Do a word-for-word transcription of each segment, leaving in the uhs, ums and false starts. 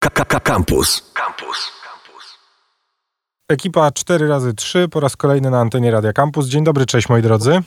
Campus. Campus. Ekipa cztery razy trzy po raz kolejny na antenie Radia Campus. Dzień dobry, cześć moi drodzy.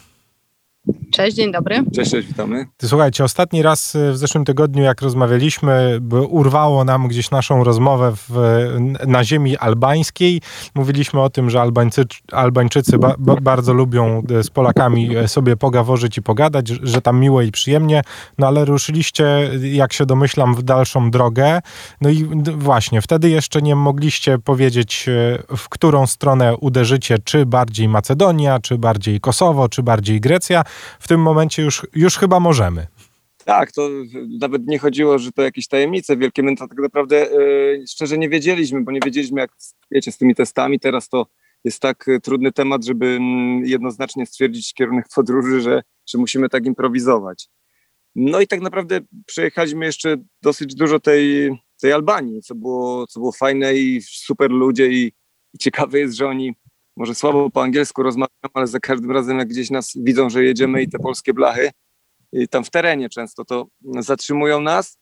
Cześć, dzień dobry. Cześć, cześć, witamy. Słuchajcie, ostatni raz w zeszłym tygodniu, jak rozmawialiśmy, urwało nam gdzieś naszą rozmowę w, na ziemi albańskiej. Mówiliśmy o tym, że Albańcy, Albańczycy ba, ba, bardzo lubią z Polakami sobie pogaworzyć i pogadać, że tam miło i przyjemnie, no ale ruszyliście, jak się domyślam, w dalszą drogę. No i właśnie, wtedy jeszcze nie mogliście powiedzieć, w którą stronę uderzycie, czy bardziej Macedonia, czy bardziej Kosowo, czy bardziej Grecja. W tym momencie już, już chyba możemy. Tak, to nawet nie chodziło, że to jakieś tajemnice wielkie. My to tak naprawdę yy, szczerze nie wiedzieliśmy, bo nie wiedzieliśmy, jak wiecie, z tymi testami. Teraz to jest tak trudny temat, żeby jednoznacznie stwierdzić kierunek podróży, że, że musimy tak improwizować. No i tak naprawdę przejechaliśmy jeszcze dosyć dużo tej, tej Albanii, co było, co było fajne i super ludzie i, i ciekawe jest, że oni może słabo po angielsku rozmawiam, ale za każdym razem jak gdzieś nas widzą, że jedziemy i te polskie blachy, i tam w terenie często to zatrzymują nas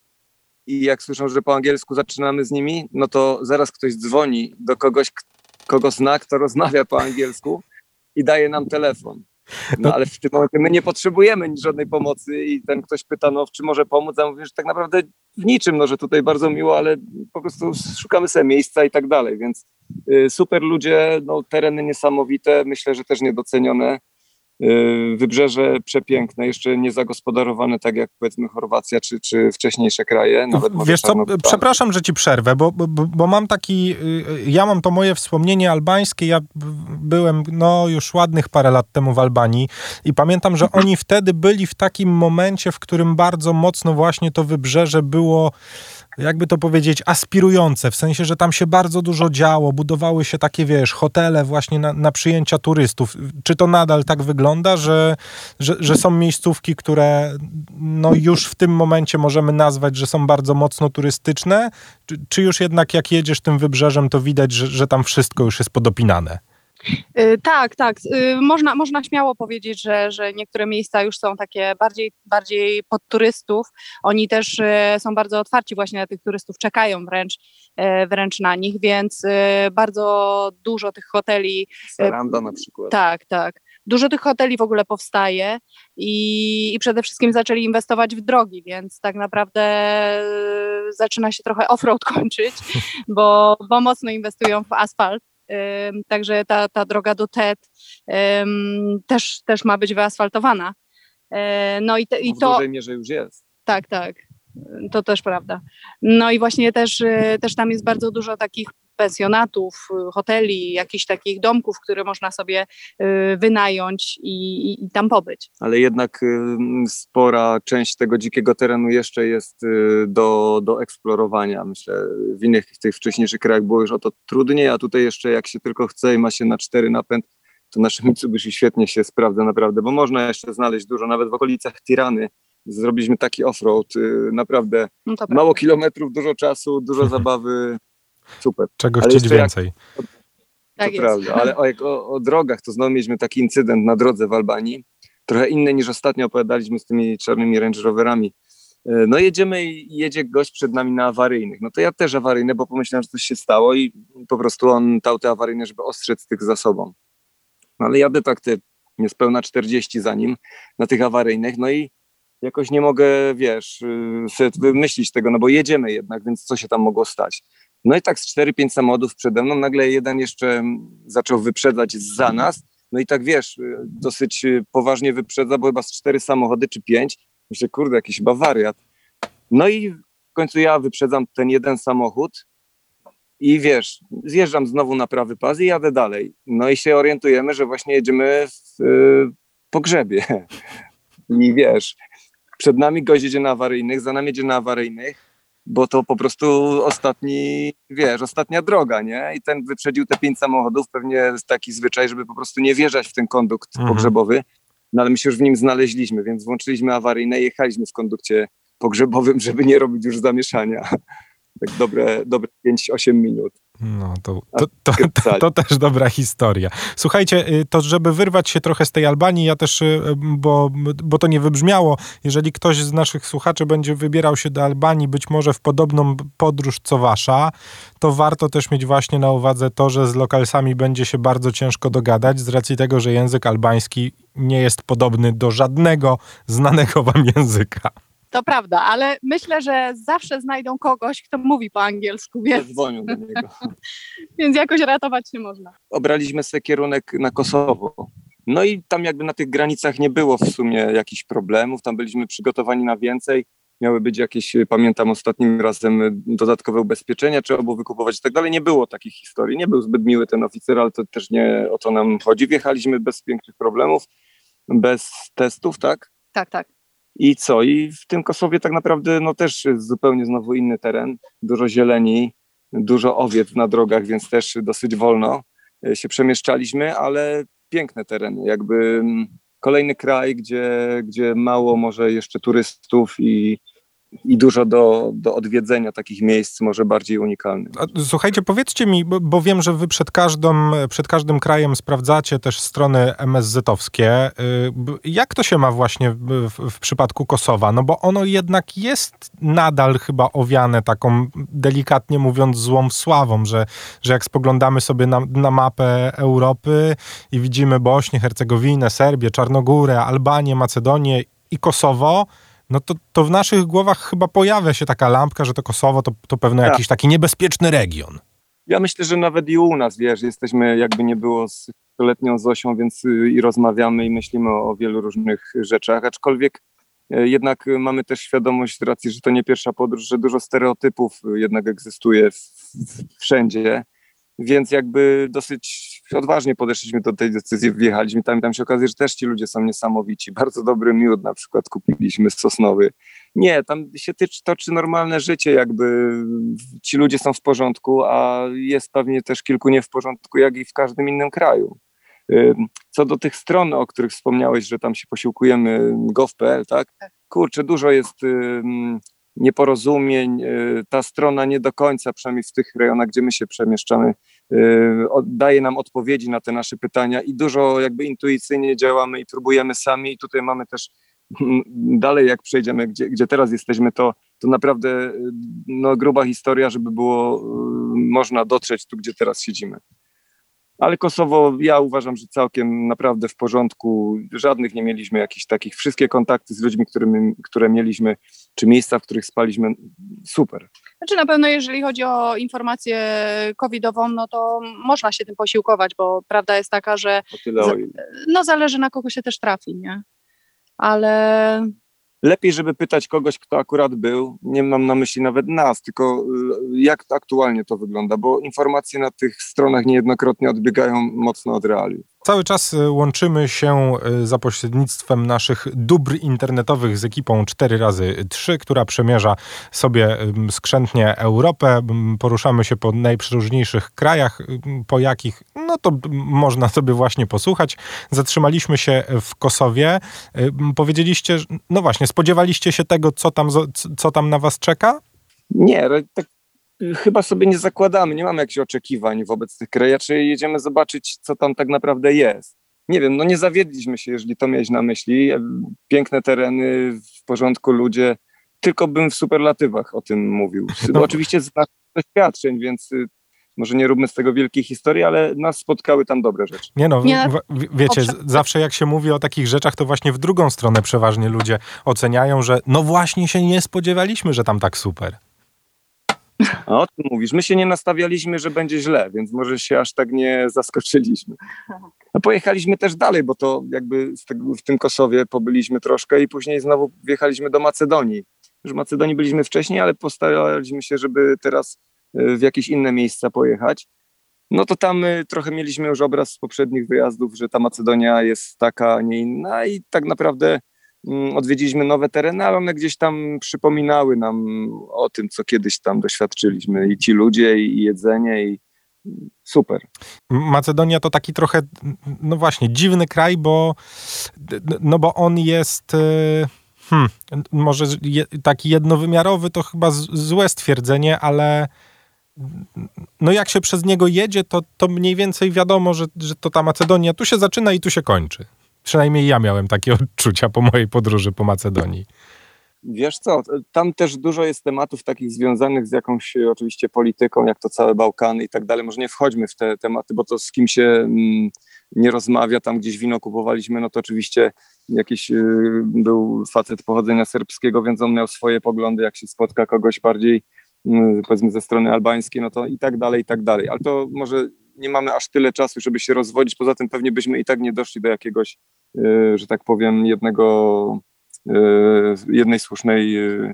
i jak słyszą, że po angielsku zaczynamy z nimi, no to zaraz ktoś dzwoni do kogoś, kogo zna, kto rozmawia po angielsku i daje nam telefon. No ale w tym momencie my nie potrzebujemy żadnej pomocy i ten ktoś pyta, no czy może pomóc, a ja mówię, że tak naprawdę w niczym, no że tutaj bardzo miło, ale po prostu szukamy sobie miejsca i tak dalej, więc y, super ludzie, no tereny niesamowite, myślę, że też niedocenione, y, wybrzeże przepiękne, jeszcze nie zagospodarowane tak jak powiedzmy Chorwacja czy, czy wcześniejsze kraje. Nawet Wiesz co, przepraszam, że ci przerwę, bo, bo, bo mam taki, ja mam to moje wspomnienie albańskie, ja byłem no już ładnych parę lat temu w Albanii i pamiętam, że oni wtedy byli w takim momencie, w którym bardzo mocno właśnie to wybrzeże było, jakby to powiedzieć, aspirujące, w sensie, że tam się bardzo dużo działo, budowały się takie, wiesz, hotele właśnie na, na przyjęcia turystów. Czy to nadal tak wygląda, że, że, że są miejscówki, które no już w tym momencie możemy nazwać, że są bardzo mocno turystyczne? Czy, czy już jednak jak jedziesz tym wybrzeżem, to widać, że, że tam wszystko już jest podopinane? Yy, tak, tak. Yy, można, można śmiało powiedzieć, że, że niektóre miejsca już są takie bardziej, bardziej pod turystów. Oni też yy, są bardzo otwarci właśnie na tych turystów, czekają wręcz, yy, wręcz na nich, więc yy, bardzo dużo tych hoteli... Yy, Saranda na przykład. Tak, tak. Dużo tych hoteli w ogóle powstaje i, i przede wszystkim zaczęli inwestować w drogi, więc tak naprawdę yy, zaczyna się trochę off-road kończyć, bo, bo mocno inwestują w asfalt. Um, także ta, ta droga do Tet um, też, też ma być wyasfaltowana. Um, no i, te, i w to... W dużej mierze już jest. Tak, tak. To też prawda. No i właśnie też, też tam jest bardzo dużo takich pensjonatów, hoteli, jakichś takich domków, które można sobie wynająć i, i, i tam pobyć. Ale jednak spora część tego dzikiego terenu jeszcze jest do, do eksplorowania. Myślę, w innych tych wcześniejszych krajach było już o to trudniej, a tutaj jeszcze jak się tylko chce i ma się na cztery napęd, to nasze Mitsubishi świetnie się sprawdza naprawdę, bo można jeszcze znaleźć dużo, nawet w okolicach Tirany. Zrobiliśmy taki off-road, naprawdę no mało kilometrów, dużo czasu, dużo zabawy, super. Czego ale chcieć więcej. Jak, tak to prawda, ale o, jak o, o drogach, to znowu mieliśmy taki incydent na drodze w Albanii, trochę inny niż ostatnio opowiadaliśmy z tymi czarnymi Range Roverami. No jedziemy i jedzie gość przed nami na awaryjnych. No to ja też awaryjne, bo pomyślałem, że coś się stało i po prostu on dał te awaryjne, żeby ostrzec tych za sobą. No ale jadę tak te niespełna czterdzieści za nim na tych awaryjnych, no i jakoś nie mogę, wiesz, sobie wymyślić tego, no bo jedziemy jednak, więc co się tam mogło stać? No i tak z cztery pięć samochodów przede mną, nagle jeden jeszcze zaczął wyprzedzać za nas, no i tak wiesz, dosyć poważnie wyprzedza, bo chyba z cztery samochody czy pięć, myślę, kurde, jakiś chyba wariat. No i w końcu ja wyprzedzam ten jeden samochód i wiesz, zjeżdżam znowu na prawy pas i jadę dalej. No i się orientujemy, że właśnie jedziemy w y, pogrzebie. I wiesz, przed nami gość jedzie na awaryjnych, za nami jedzie na awaryjnych, bo to po prostu ostatni, wiesz, ostatnia droga, nie? I ten wyprzedził te pięć samochodów, pewnie jest taki zwyczaj, żeby po prostu nie wjeżdżać w ten kondukt mhm. pogrzebowy, no ale my się już w nim znaleźliśmy, więc włączyliśmy awaryjne i jechaliśmy w kondukcie pogrzebowym, żeby nie robić już zamieszania. Tak dobre, dobre pięć osiem minut. No, to, to, to, to, to też dobra historia. Słuchajcie, to żeby wyrwać się trochę z tej Albanii, ja też, bo, bo to nie wybrzmiało, jeżeli ktoś z naszych słuchaczy będzie wybierał się do Albanii, być może w podobną podróż co wasza, to warto też mieć właśnie na uwadze to, że z lokalsami będzie się bardzo ciężko dogadać, z racji tego, że język albański nie jest podobny do żadnego znanego wam języka. To prawda, ale myślę, że zawsze znajdą kogoś, kto mówi po angielsku, więc, Dzwonią do niego. więc jakoś ratować się można. Obraliśmy sobie kierunek na Kosowo. No i tam jakby na tych granicach nie było w sumie jakichś problemów, tam byliśmy przygotowani na więcej. Miały być jakieś, pamiętam ostatnim razem, dodatkowe ubezpieczenia, trzeba było wykupować i tak dalej. Nie było takich historii, nie był zbyt miły ten oficer, ale to też nie o to nam chodzi. Wjechaliśmy bez większych problemów, bez testów, tak? Tak, tak. I co? I w tym Kosowie tak naprawdę no też zupełnie znowu inny teren, dużo zieleni, dużo owiec na drogach, więc też dosyć wolno się przemieszczaliśmy, ale piękne tereny, jakby kolejny kraj, gdzie, gdzie mało może jeszcze turystów i, i dużo do, do odwiedzenia takich miejsc, może bardziej unikalnych. Słuchajcie, powiedzcie mi, bo, bo wiem, że wy przed, każdą, przed każdym krajem sprawdzacie też strony em es zetowskie. Jak to się ma właśnie w, w przypadku Kosowa? No bo ono jednak jest nadal chyba owiane taką, delikatnie mówiąc, złą sławą, że, że jak spoglądamy sobie na, na mapę Europy i widzimy Bośnię, Hercegowinę, Serbię, Czarnogórę, Albanię, Macedonię i Kosowo, no to, to w naszych głowach chyba pojawia się taka lampka, że to Kosowo to, to pewno tak. jakiś taki niebezpieczny region. Ja myślę, że nawet i u nas, wiesz, jesteśmy jakby nie było z letnią Zosią, więc i rozmawiamy i myślimy o, o wielu różnych rzeczach, aczkolwiek jednak mamy też świadomość z racji, że to nie pierwsza podróż, że dużo stereotypów jednak egzystuje w, w, wszędzie, więc jakby dosyć odważnie podeszliśmy do tej decyzji, wjechaliśmy tam i tam się okazuje, że też ci ludzie są niesamowici. Bardzo dobry miód na przykład kupiliśmy sosnowy. Nie, tam się tyczy, toczy normalne życie, jakby ci ludzie są w porządku, a jest pewnie też kilku nie w porządku, jak i w każdym innym kraju. Co do tych stron, o których wspomniałeś, że tam się posiłkujemy, gov kropka pe el, tak? Kurczę, dużo jest nieporozumień, ta strona nie do końca, przynajmniej w tych rejonach, gdzie my się przemieszczamy, daje nam odpowiedzi na te nasze pytania i dużo jakby intuicyjnie działamy i próbujemy sami i tutaj mamy też dalej, jak przejdziemy, gdzie, gdzie teraz jesteśmy, to, to naprawdę no, gruba historia, żeby było można dotrzeć tu, gdzie teraz siedzimy. Ale Kosowo, ja uważam, że całkiem naprawdę w porządku. Żadnych nie mieliśmy jakichś takich. Wszystkie kontakty z ludźmi, którymi, które mieliśmy, czy miejsca, w których spaliśmy, super. Znaczy na pewno jeżeli chodzi o informację covidową, no to można się tym posiłkować, bo prawda jest taka, że za, no zależy na kogo się też trafi, nie? Ale... Lepiej, żeby pytać kogoś, kto akurat był, nie mam na myśli nawet nas, tylko jak aktualnie to wygląda, bo informacje na tych stronach niejednokrotnie odbiegają mocno od realiów. Cały czas łączymy się za pośrednictwem naszych dóbr internetowych z ekipą cztery razy trzy, która przemierza sobie skrzętnie Europę. Poruszamy się po najprzeróżniejszych krajach, po jakich, no to można sobie właśnie posłuchać. Zatrzymaliśmy się w Kosowie. Powiedzieliście, no właśnie, spodziewaliście się tego, co tam, co tam na was czeka? Nie, tak chyba sobie nie zakładamy, nie mamy jakichś oczekiwań wobec tych krajów, raczej jedziemy zobaczyć, co tam tak naprawdę jest. Nie wiem, no nie zawiedliśmy się, jeżeli to miałeś na myśli. Piękne tereny, w porządku ludzie, tylko bym w superlatywach o tym mówił. No. Oczywiście z naszych doświadczeń, więc może nie róbmy z tego wielkiej historii, ale nas spotkały tam dobre rzeczy. Nie no, nie, w, wiecie, z, zawsze jak się mówi o takich rzeczach, to właśnie w drugą stronę przeważnie ludzie oceniają, że no właśnie się nie spodziewaliśmy, że tam tak super. A o tym mówisz. My się nie nastawialiśmy, że będzie źle, więc może się aż tak nie zaskoczyliśmy. No pojechaliśmy też dalej, bo to jakby w tym Kosowie pobyliśmy troszkę i później znowu wjechaliśmy do Macedonii. Już w Macedonii byliśmy wcześniej, ale postaraliśmy się, żeby teraz w jakieś inne miejsca pojechać. No to tam trochę mieliśmy już obraz z poprzednich wyjazdów, że ta Macedonia jest taka, a nie inna i tak naprawdę odwiedziliśmy nowe tereny, ale one gdzieś tam przypominały nam o tym, co kiedyś tam doświadczyliśmy. I ci ludzie, i jedzenie, i super. Macedonia to taki trochę, no właśnie, dziwny kraj, bo, no bo on jest... Hmm, może je, taki jednowymiarowy to chyba z, złe stwierdzenie, ale no jak się przez niego jedzie, to, to mniej więcej wiadomo, że, że to ta Macedonia tu się zaczyna i tu się kończy. Przynajmniej ja miałem takie odczucia po mojej podróży po Macedonii. Wiesz co, tam też dużo jest tematów takich związanych z jakąś oczywiście polityką, jak to całe Bałkany i tak dalej. Może nie wchodźmy w te tematy, bo to z kim się mm, nie rozmawia, tam gdzieś wino kupowaliśmy, no to oczywiście jakiś y, był facet pochodzenia serbskiego, więc on miał swoje poglądy, jak się spotka kogoś bardziej y, powiedzmy ze strony albańskiej, no to i tak dalej, i tak dalej. Ale to może nie mamy aż tyle czasu, żeby się rozwodzić, poza tym pewnie byśmy i tak nie doszli do jakiegoś, y, że tak powiem, jednego... jednej słusznej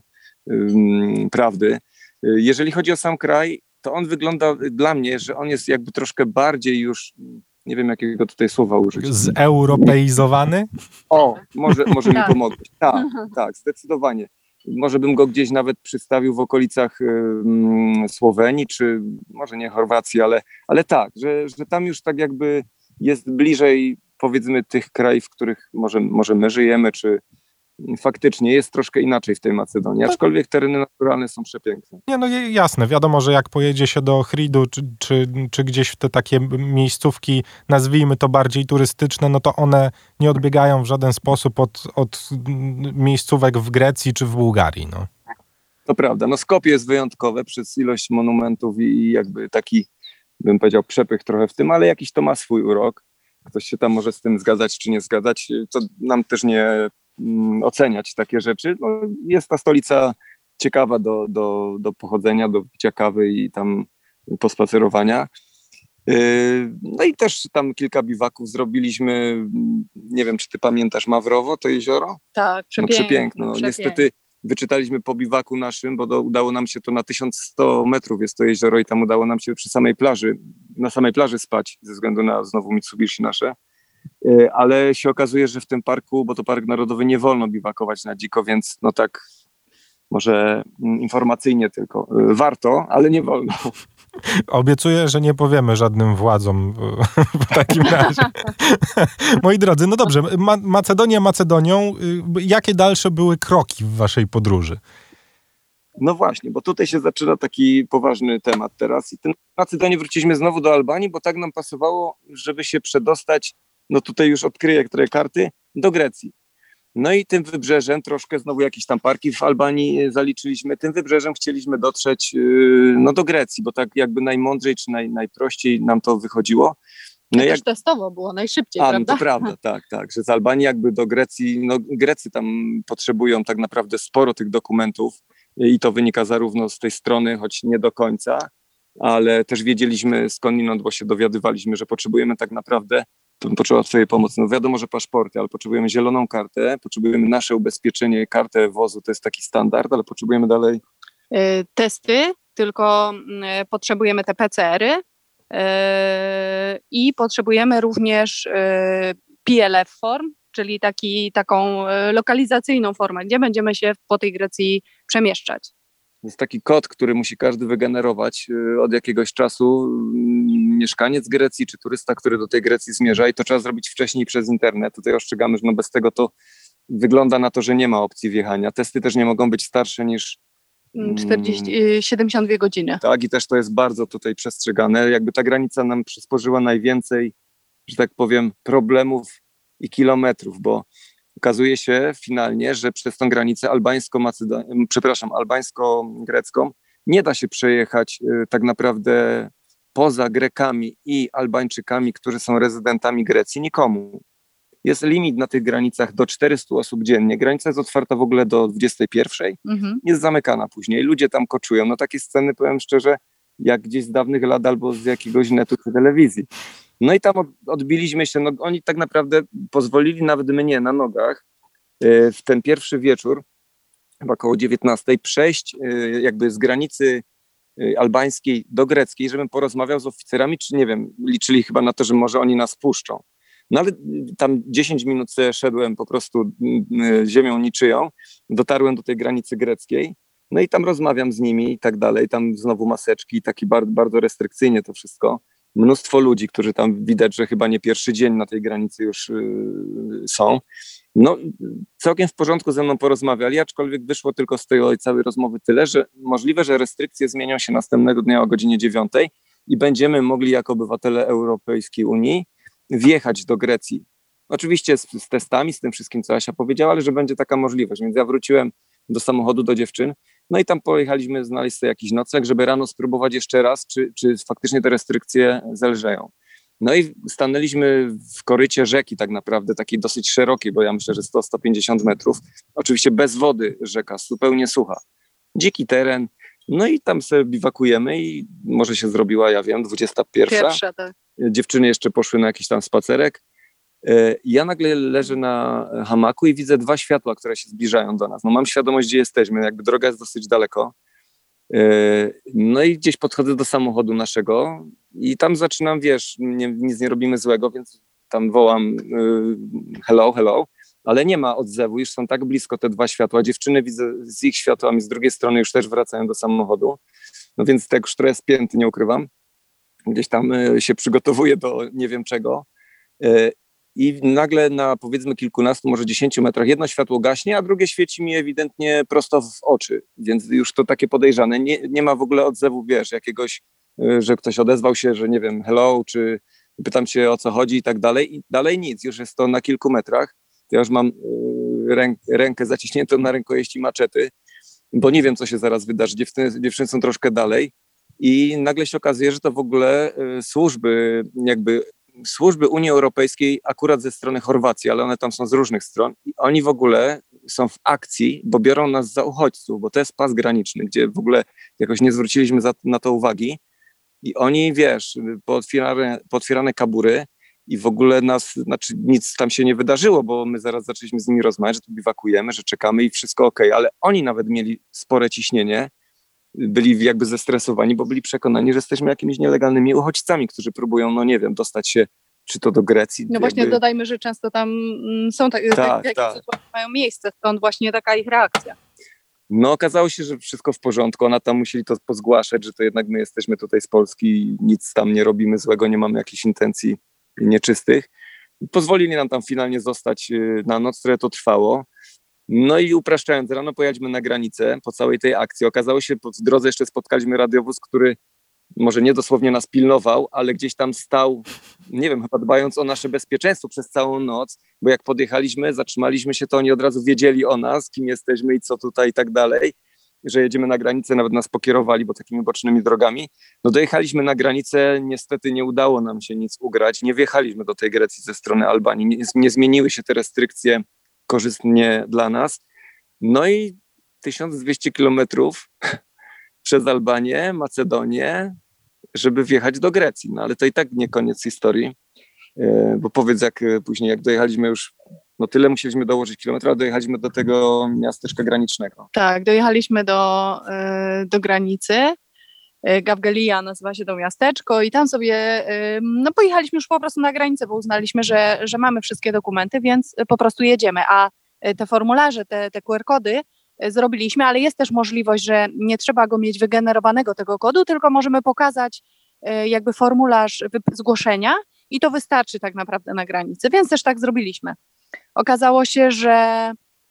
prawdy. Jeżeli chodzi o sam kraj, to on wygląda dla mnie, że on jest jakby troszkę bardziej już, nie wiem jakiego tutaj słowa użyć. Zeuropeizowany? O, może, może mi pomogłeś. Tak, tak, zdecydowanie. Może bym go gdzieś nawet przystawił w okolicach um, Słowenii, czy może nie Chorwacji, ale, ale tak, że, że tam już tak jakby jest bliżej powiedzmy tych krajów, w których może, może my żyjemy, czy faktycznie jest troszkę inaczej w tej Macedonii, aczkolwiek tereny naturalne są przepiękne. Nie, no jasne, wiadomo, że jak pojedzie się do Ohridu, czy, czy, czy gdzieś w te takie miejscówki, nazwijmy to bardziej turystyczne, no to one nie odbiegają w żaden sposób od, od miejscówek w Grecji czy w Bułgarii, no. To prawda, no Skopje jest wyjątkowe przez ilość monumentów i jakby taki, bym powiedział, przepych trochę w tym, ale jakiś to ma swój urok. Ktoś się tam może z tym zgadzać czy nie zgadzać, to nam też nie oceniać takie rzeczy. No, jest ta stolica ciekawa do, do, do pochodzenia, do picia kawy i tam pospacerowania. No i też tam kilka biwaków zrobiliśmy. Nie wiem, czy ty pamiętasz Mawrowo, to jezioro? Tak, przepiękne. No, przepiękne. No, niestety wyczytaliśmy po biwaku naszym, bo do, udało nam się to na tysiąc sto metrów jest to jezioro i tam udało nam się przy samej plaży, na samej plaży spać ze względu na znowu Mitsubishi nasze. Ale się okazuje, że w tym parku, bo to park narodowy, nie wolno biwakować na dziko, więc no tak może informacyjnie tylko. Warto, ale nie wolno. Obiecuję, że nie powiemy żadnym władzom w takim razie. Moi drodzy, no dobrze, Ma- Macedonia Macedonią. Jakie dalsze były kroki w waszej podróży? No właśnie, bo tutaj się zaczyna taki poważny temat teraz i ten Macedonii wróciliśmy znowu do Albanii, bo tak nam pasowało, żeby się przedostać, no tutaj już odkryję które karty, do Grecji. No i tym wybrzeżem, troszkę znowu jakieś tam parki w Albanii zaliczyliśmy, tym wybrzeżem chcieliśmy dotrzeć yy, no do Grecji, bo tak jakby najmądrzej czy naj, najprościej nam to wychodziło. No jak... też testowo było najszybciej, A, prawda? No to prawda, tak, tak, że z Albanii jakby do Grecji, no Grecy tam potrzebują tak naprawdę sporo tych dokumentów i to wynika zarówno z tej strony, choć nie do końca, ale też wiedzieliśmy skądinąd, bo się dowiadywaliśmy, że potrzebujemy tak naprawdę, to bym potrzebował twojej pomocy. No wiadomo, że paszporty, ale potrzebujemy zieloną kartę, potrzebujemy nasze ubezpieczenie, kartę wozu, to jest taki standard, ale potrzebujemy dalej... Yy, testy, tylko yy, potrzebujemy te P C R y yy, i potrzebujemy również yy, P L F form, czyli taki, taką yy, lokalizacyjną formę, gdzie będziemy się po tej Grecji przemieszczać. Jest taki kod, który musi każdy wygenerować od jakiegoś czasu, mieszkaniec Grecji czy turysta, który do tej Grecji zmierza i to trzeba zrobić wcześniej przez internet. Tutaj ostrzegamy, że no bez tego to wygląda na to, że nie ma opcji wjechania. Testy też nie mogą być starsze niż czterdzieści, siedemdziesiąt dwie godziny. Tak, i też to jest bardzo tutaj przestrzegane. Jakby ta granica nam przysporzyła najwięcej, że tak powiem, problemów i kilometrów, bo okazuje się finalnie, że przez tą granicę albańsko-macedonią, przepraszam, albańsko-grecką nie da się przejechać y, tak naprawdę poza Grekami i Albańczykami, którzy są rezydentami Grecji, nikomu. Jest limit na tych granicach do czterystu osób dziennie. Granica jest otwarta w ogóle do dwudziestej pierwszej. Mhm. Jest zamykana później. Ludzie tam koczują. No takie sceny, powiem szczerze, jak gdzieś z dawnych lat albo z jakiegoś netu czy telewizji. No i tam odbiliśmy się, no oni tak naprawdę pozwolili nawet mnie na nogach w ten pierwszy wieczór, chyba około dziewiętnastej, przejść jakby z granicy albańskiej do greckiej, żebym porozmawiał z oficerami, czy nie wiem, liczyli chyba na to, że może oni nas puszczą. No ale tam dziesięć minut sobie szedłem po prostu ziemią niczyją, dotarłem do tej granicy greckiej, no i tam rozmawiam z nimi i tak dalej, tam znowu maseczki, taki bardzo, bardzo restrykcyjnie to wszystko. Mnóstwo ludzi, którzy tam widać, że chyba nie pierwszy dzień na tej granicy już yy, są. No, całkiem w porządku ze mną porozmawiali, aczkolwiek wyszło tylko z tej całej rozmowy tyle, że możliwe, że restrykcje zmienią się następnego dnia o godzinie dziewiątej i będziemy mogli jako obywatele Europejskiej Unii wjechać do Grecji. Oczywiście z, z testami, z tym wszystkim, co Asia powiedziała, ale że będzie taka możliwość. Więc ja wróciłem do samochodu, do dziewczyn, no i tam pojechaliśmy znaleźć sobie jakiś nocleg, żeby rano spróbować jeszcze raz, czy, czy faktycznie te restrykcje zelżeją. No i stanęliśmy w korycie rzeki tak naprawdę, takiej dosyć szerokiej, bo ja myślę, że sto do stu pięćdziesięciu metrów. Oczywiście bez wody rzeka, zupełnie sucha. Dziki teren. No i tam sobie biwakujemy i może się zrobiła, ja wiem, dwudziesta pierwsza. Pierwsza, tak. Dziewczyny jeszcze poszły na jakiś tam spacerek. Ja nagle leżę na hamaku i widzę dwa światła, które się zbliżają do nas. No mam świadomość, gdzie jesteśmy, jakby droga jest dosyć daleko. No i gdzieś podchodzę do samochodu naszego i tam zaczynam, wiesz, nie, nic nie robimy złego, więc tam wołam hello, hello, ale nie ma odzewu, już są tak blisko te dwa światła. Dziewczyny widzę z ich światłami z drugiej strony już też wracają do samochodu, no więc tak już trochę spięty, nie ukrywam. Gdzieś tam się przygotowuję do nie wiem czego i nagle na powiedzmy kilkunastu, może dziesięciu metrach jedno światło gaśnie, a drugie świeci mi ewidentnie prosto w oczy, więc już to takie podejrzane. Nie, nie ma w ogóle odzewu, wiesz, jakiegoś, że ktoś odezwał się, że nie wiem, hello, czy pytam się o co chodzi i tak dalej. I dalej nic, już jest to na kilku metrach. Ja już mam ręk, rękę zaciśniętą na rękojeści maczety, bo nie wiem, co się zaraz wydarzy. Dziewczyny, dziewczyny są troszkę dalej i nagle się okazuje, że to w ogóle służby jakby służby Unii Europejskiej akurat ze strony Chorwacji, ale one tam są z różnych stron i oni w ogóle są w akcji, bo biorą nas za uchodźców, bo to jest pas graniczny, gdzie w ogóle jakoś nie zwróciliśmy za, na to uwagi i oni, wiesz, pootwierane, pootwierane kabury i w ogóle nas, znaczy nic tam się nie wydarzyło, bo my zaraz zaczęliśmy z nimi rozmawiać, że tu biwakujemy, że czekamy i wszystko okej, ale oni nawet mieli spore ciśnienie, byli jakby zestresowani, bo byli przekonani, że jesteśmy jakimiś nielegalnymi uchodźcami, którzy próbują, no nie wiem, dostać się czy to do Grecji. No właśnie jakby... dodajmy, że często tam są takie tak, takie tak. sytuacje mają miejsce, stąd właśnie taka ich reakcja. No okazało się, że wszystko w porządku, ona tam musieli to pozgłaszać, że to jednak my jesteśmy tutaj z Polski, nic tam nie robimy złego, nie mamy jakichś intencji nieczystych. Pozwolili nam tam finalnie zostać na noc, które to trwało. No i upraszczając, rano pojechaliśmy na granicę po całej tej akcji. Okazało się, w drodze jeszcze spotkaliśmy radiowóz, który może nie dosłownie nas pilnował, ale gdzieś tam stał, nie wiem, chyba dbając o nasze bezpieczeństwo przez całą noc, bo jak podjechaliśmy, zatrzymaliśmy się, to oni od razu wiedzieli o nas, kim jesteśmy i co tutaj i tak dalej, że jedziemy na granicę, nawet nas pokierowali, bo takimi bocznymi drogami. No dojechaliśmy na granicę, niestety nie udało nam się nic ugrać, nie wjechaliśmy do tej Grecji ze strony Albanii, nie, nie zmieniły się te restrykcje korzystnie dla nas. No i tysiąc dwieście kilometrów przez Albanię, Macedonię, żeby wjechać do Grecji. No ale to i tak nie koniec historii, bo powiedz, jak później, jak dojechaliśmy już, no tyle musieliśmy dołożyć kilometrów, a dojechaliśmy do tego miasteczka granicznego. Tak, dojechaliśmy do, do granicy. Gavgelia nazywa się to miasteczko i tam sobie, no pojechaliśmy już po prostu na granicę, bo uznaliśmy, że, że mamy wszystkie dokumenty, więc po prostu jedziemy, a te formularze, te, te Q R kody zrobiliśmy, ale jest też możliwość, że nie trzeba go mieć wygenerowanego tego kodu, tylko możemy pokazać jakby formularz zgłoszenia i to wystarczy tak naprawdę na granicy, więc też tak zrobiliśmy. Okazało się, że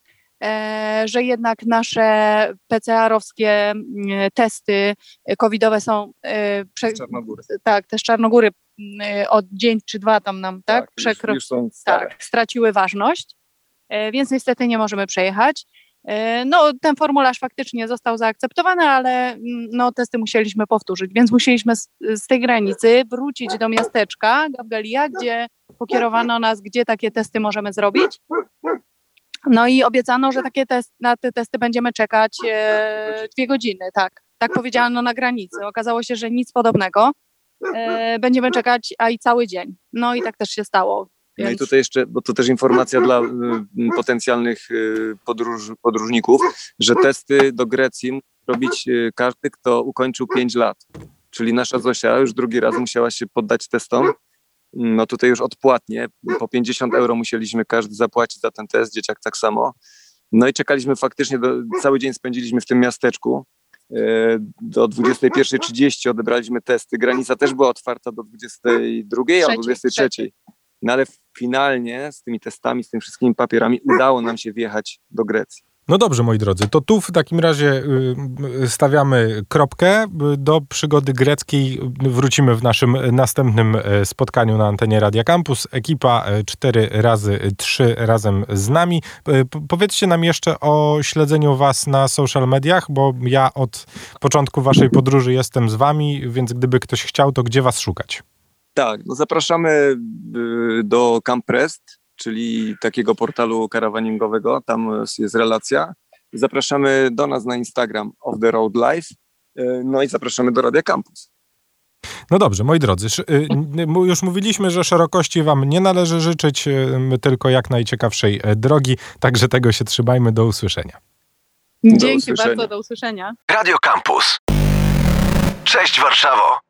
że jednak nasze P C R-owskie testy covidowe są prze... z Czarnogóry. Tak, te z Czarnogóry od dzień czy dwa tam nam tak, tak przekro... już, już są stare. Tak, straciły ważność, więc niestety nie możemy przejechać. No, ten formularz faktycznie został zaakceptowany, ale no, testy musieliśmy powtórzyć, więc musieliśmy z, z tej granicy wrócić do miasteczka Gavgelia, gdzie pokierowano nas, gdzie takie testy możemy zrobić. No i obiecano, że takie test, na te testy będziemy czekać e, dwie godziny, tak. Tak powiedziano na granicy. Okazało się, że nic podobnego. E, będziemy czekać, a i cały dzień. No i tak też się stało. Więc... No i tutaj jeszcze, bo to też informacja dla y, potencjalnych y, podróż, podróżników, że testy do Grecji musi robić y, każdy, kto ukończył pięć lat. Czyli nasza Zosia już drugi raz musiała się poddać testom. No tutaj już odpłatnie, po pięćdziesiąt euro musieliśmy każdy zapłacić za ten test, dzieciak tak samo. No i czekaliśmy faktycznie, do, cały dzień spędziliśmy w tym miasteczku. Do dwudziestej pierwszej trzydzieści odebraliśmy testy. Granica też była otwarta do dwudziestej drugiej albo dwudziestej trzeciej. No ale finalnie z tymi testami, z tymi wszystkimi papierami udało nam się wjechać do Grecji. No dobrze, moi drodzy, to tu w takim razie stawiamy kropkę. Do przygody greckiej wrócimy w naszym następnym spotkaniu na antenie Radia Campus. Ekipa cztery razy trzy razem z nami. Powiedzcie nam jeszcze o śledzeniu was na social mediach, bo ja od początku waszej podróży jestem z wami, więc gdyby ktoś chciał, to gdzie was szukać? Tak, no zapraszamy do Camprest, czyli takiego portalu karawaningowego, tam jest relacja. Zapraszamy do nas na Instagram Off The Road Live, no i zapraszamy do Radia Campus. No dobrze, moi drodzy, już mówiliśmy, że szerokości wam nie należy życzyć, tylko jak najciekawszej drogi, także tego się trzymajmy, do usłyszenia. Dzięki bardzo, do usłyszenia. Radio Campus. Cześć Warszawo!